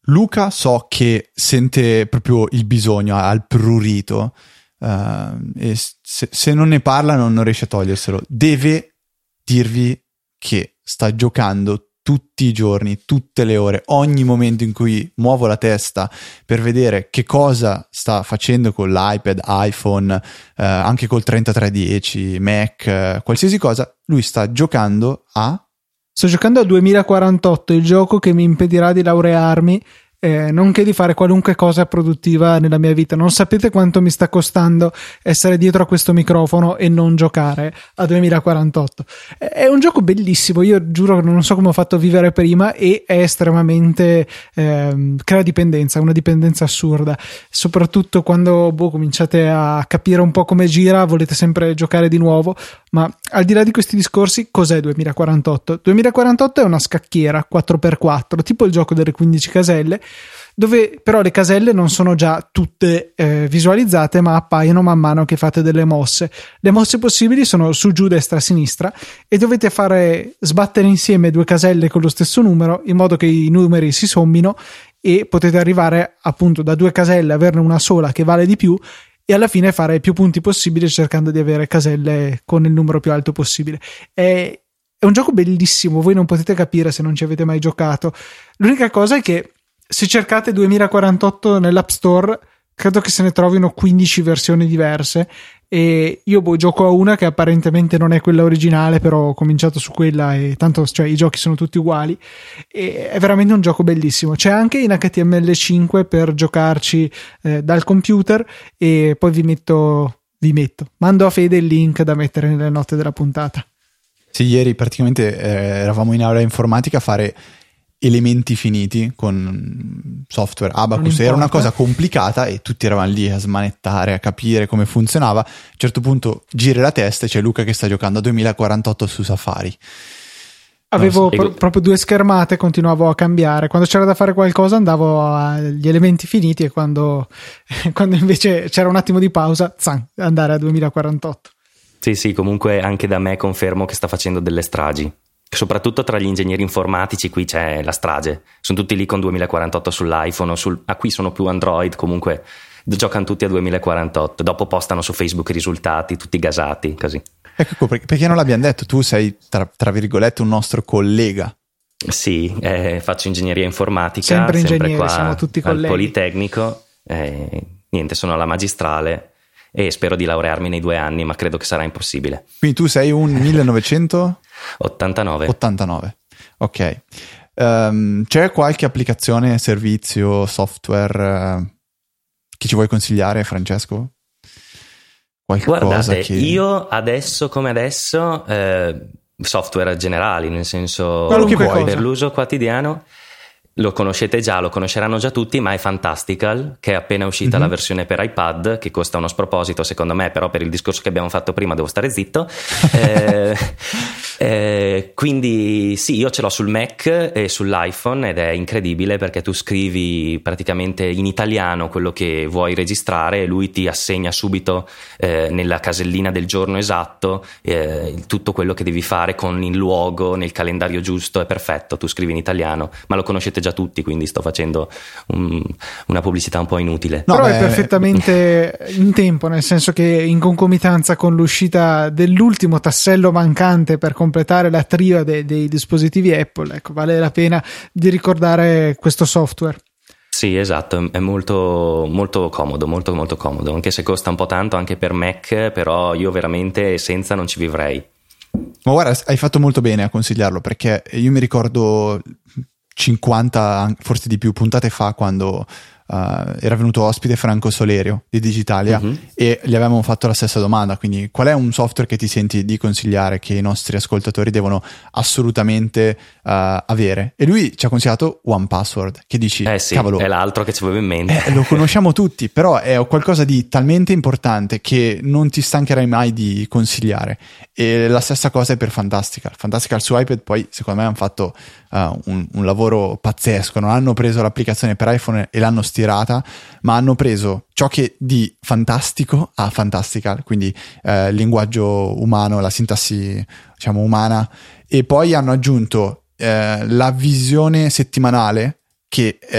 Luca so che sente proprio il bisogno, ha il prurito, uh, e se, se non ne parla non, non riesce a toglierselo. Deve dirvi che sta giocando tutti i giorni, tutte le ore, ogni momento in cui muovo la testa per vedere che cosa sta facendo con l'iPad, iPhone, eh, anche col trentatré dieci, Mac, eh, qualsiasi cosa, lui sta giocando a... Sto giocando a duemilaquarantotto, il gioco che mi impedirà di laurearmi, eh, nonché di fare qualunque cosa produttiva nella mia vita. Non sapete quanto mi sta costando essere dietro a questo microfono e non giocare a duemilaquarantotto. È un gioco bellissimo, io giuro che non so come ho fatto a vivere prima, e è estremamente eh, crea dipendenza, una dipendenza assurda, soprattutto quando boh, cominciate a capire un po' come gira, volete sempre giocare di nuovo. Ma al di là di questi discorsi, cos'è duemilaquarantotto? duemilaquarantotto è una scacchiera quattro per quattro, tipo il gioco delle quindici caselle, dove però le caselle non sono già tutte eh, visualizzate, ma appaiono man mano che fate delle mosse. Le mosse possibili sono su, giù, destra, sinistra, e dovete fare sbattere insieme due caselle con lo stesso numero in modo che i numeri si sommino, e potete arrivare appunto da due caselle a averne una sola che vale di più, e alla fine fare più punti possibili cercando di avere caselle con il numero più alto possibile. È, è un gioco bellissimo, voi non potete capire se non ci avete mai giocato. L'unica cosa è che se cercate duemilaquarantotto nell'App Store, credo che se ne trovino quindici versioni diverse, e io boh, gioco a una che apparentemente non è quella originale, però ho cominciato su quella e tanto, cioè, i giochi sono tutti uguali, e è veramente un gioco bellissimo. C'è anche in H T M L cinque per giocarci eh, dal computer, e poi vi metto vi metto mando a Fede il link da mettere nelle note della puntata. Sì, ieri praticamente eh, eravamo in aula informatica a fare elementi finiti con software Abacus. Era una cosa complicata e tutti eravamo lì a smanettare, a capire come funzionava. A un certo punto giri la testa e c'è Luca che sta giocando a duemilaquarantotto su Safari. Avevo so. pro- proprio due schermate, continuavo a cambiare. Quando c'era da fare qualcosa andavo agli elementi finiti, e quando, quando invece c'era un attimo di pausa, zan, andare a duemilaquarantotto. Sì, sì, comunque anche da me confermo che sta facendo delle stragi. Soprattutto tra gli ingegneri informatici qui c'è la strage, sono tutti lì con duemilaquarantotto sull'iPhone o sul... ah, qui sono più Android, comunque giocano tutti a duemilaquarantotto, dopo postano su Facebook i risultati, tutti gasati, così. Ecco, perché non l'abbiamo detto, tu sei tra, tra virgolette un nostro collega. Sì, eh, faccio ingegneria informatica, sempre, sempre ingegneri, qua siamo tutti colleghi. Al Politecnico, eh, niente, sono alla magistrale e spero di laurearmi nei due anni, ma credo che sarà impossibile. Quindi tu sei un millenovecento ottantanove. ottantanove, ok. Um, c'è qualche applicazione, servizio, software uh, che ci vuoi consigliare, Francesco? Qualcosa Guardate, che... io adesso come adesso eh, software generali, nel senso quello che vuoi. Per l'uso quotidiano lo conoscete già, lo conosceranno già tutti, ma è Fantastical, che è appena uscita mm-hmm. la versione per iPad, che costa uno sproposito secondo me, però per il discorso che abbiamo fatto prima devo stare zitto. eh, eh, quindi sì, io ce l'ho sul Mac e sull'iPhone ed è incredibile, perché tu scrivi praticamente in italiano quello che vuoi registrare e lui ti assegna subito eh, nella casellina del giorno esatto eh, tutto quello che devi fare con il luogo nel calendario giusto. È perfetto, tu scrivi in italiano, ma lo conoscete già tutti, quindi sto facendo un, una pubblicità un po' inutile. No, però beh, è perfettamente in tempo, nel senso che in concomitanza con l'uscita dell'ultimo tassello mancante per completare la tria dei, dei dispositivi Apple, ecco, vale la pena di ricordare questo software. Sì, esatto, è molto molto comodo, molto molto comodo, anche se costa un po' tanto anche per Mac, però io veramente senza non ci vivrei. Ma guarda, hai fatto molto bene a consigliarlo, perché io mi ricordo cinquanta, forse di più, puntate fa, quando uh, era venuto ospite Franco Solerio di Digitalia, uh-huh. e gli avevamo fatto la stessa domanda, quindi qual è un software che ti senti di consigliare, che i nostri ascoltatori devono assolutamente uh, avere? E lui ci ha consigliato one password, che dici, eh sì, cavolo, è l'altro che ci avevo in mente. Eh, lo conosciamo tutti, però è qualcosa di talmente importante che non ti stancherai mai di consigliare. E la stessa cosa è per Fantastical. Fantastical su iPad poi secondo me hanno fatto uh, un, un lavoro pazzesco, non hanno preso l'applicazione per iPhone e l'hanno stirata, ma hanno preso ciò che di fantastico a Fantastical, quindi uh, il linguaggio umano, la sintassi diciamo umana, e poi hanno aggiunto uh, la visione settimanale, che è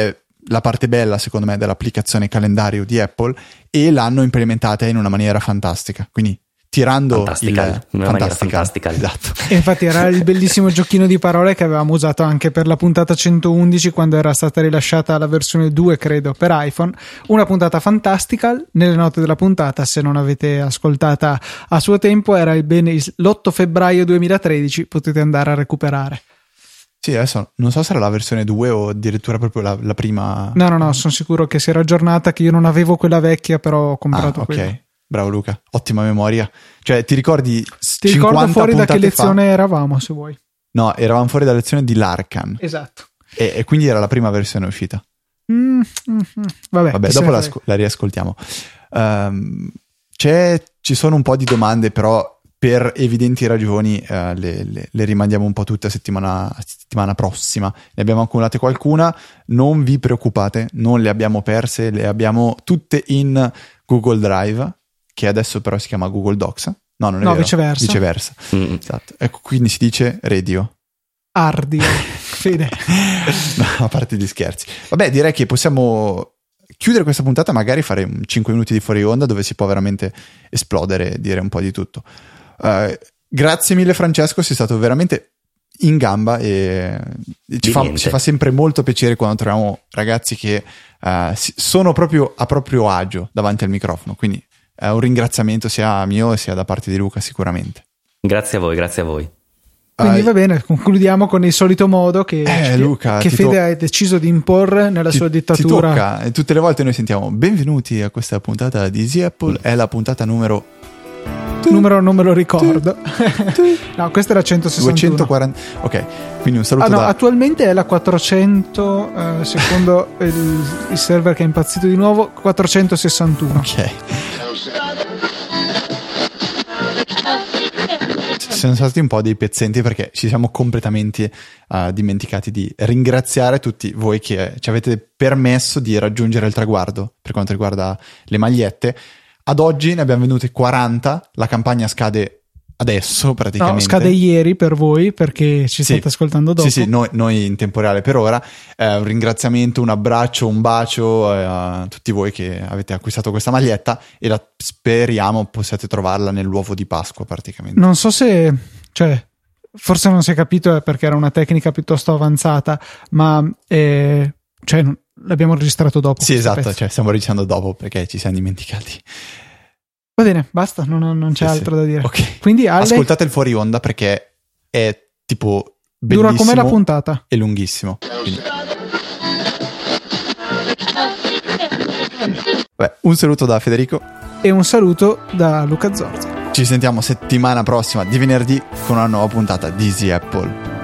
la parte bella secondo me dell'applicazione calendario di Apple, e l'hanno implementata in una maniera fantastica, quindi tirando fantastical, il fantastical. Esatto. E infatti era il bellissimo giochino di parole che avevamo usato anche per la puntata centoundici, quando era stata rilasciata la versione due, credo, per iPhone. Una puntata fantastical. Nelle note della puntata, se non avete ascoltata a suo tempo, era il bene l'otto febbraio duemilatredici, potete andare a recuperare. Sì, adesso non so se era la versione due o addirittura proprio la, la prima. No, no, no, sono sicuro che si era aggiornata, che io non avevo quella vecchia, però ho comprato ah, quella. Ok, bravo Luca, ottima memoria. Cioè, ti ricordi Ti ricordo fuori da che lezione fa? eravamo, se vuoi. No, eravamo fuori dalla lezione di Larkan. Esatto. E, e quindi era la prima versione uscita. Mm, mm, mm. Vabbè, Vabbè dopo la, la riascoltiamo. Um, c'è, ci sono un po' di domande, però per evidenti ragioni uh, le, le, le rimandiamo un po' tutte a settimana, a settimana prossima. Ne abbiamo accumulate qualcuna, non vi preoccupate, non le abbiamo perse, le abbiamo tutte in Google Drive, che adesso però si chiama Google Docs. No, non è no, vero. viceversa. Viceversa. Mm. Esatto. Ecco, quindi si dice radio. Ardio. Fede. No, a parte gli scherzi. Vabbè, direi che possiamo chiudere questa puntata, magari fare cinque minuti di fuori onda dove si può veramente esplodere e dire un po' di tutto. Uh, grazie mille Francesco, sei stato veramente in gamba e ci fa, ci fa sempre molto piacere quando troviamo ragazzi che uh, sono proprio a proprio agio davanti al microfono, quindi uh, un ringraziamento sia mio sia da parte di Luca sicuramente. Grazie a voi, grazie a voi. Quindi uh, va bene, concludiamo con il solito modo che, eh, che, Luca, che Fede to- ha deciso di imporre nella ti, sua dittatura. Ti tocca, e tutte le volte noi sentiamo benvenuti a questa puntata di Easy Apple, è la puntata numero numero non me lo ricordo. No, questa era centosessantuno. duecentoquaranta. Ok, quindi un saluto ah, no, da... attualmente è la quattrocento, eh, secondo il, il server che è impazzito di nuovo, quattrocentosessantuno. Ok. Sono stati un po' dei pezzenti perché ci siamo completamente uh, dimenticati di ringraziare tutti voi che ci avete permesso di raggiungere il traguardo per quanto riguarda le magliette. Ad oggi ne abbiamo vendute quaranta, la campagna scade adesso praticamente. No, scade ieri per voi perché ci sì, state ascoltando dopo. Sì, sì, noi, noi in tempo reale per ora. Eh, un ringraziamento, un abbraccio, un bacio eh, a tutti voi che avete acquistato questa maglietta e la speriamo possiate trovarla nell'uovo di Pasqua praticamente. Non so se, cioè, forse non si è capito è perché era una tecnica piuttosto avanzata, ma eh, cioè, l'abbiamo registrato dopo. Sì, esatto, pezzo. cioè stiamo registrando dopo perché ci siamo dimenticati. Va bene, basta, non, non c'è sì, altro sì. da dire. Okay. Quindi Ale, ascoltate il fuori onda perché è tipo bellissimo. Dura come la puntata. E lunghissimo. Quindi... Beh, un saluto da Federico. E un saluto da Luca Zorzi. Ci sentiamo settimana prossima di venerdì con una nuova puntata di Easy Apple.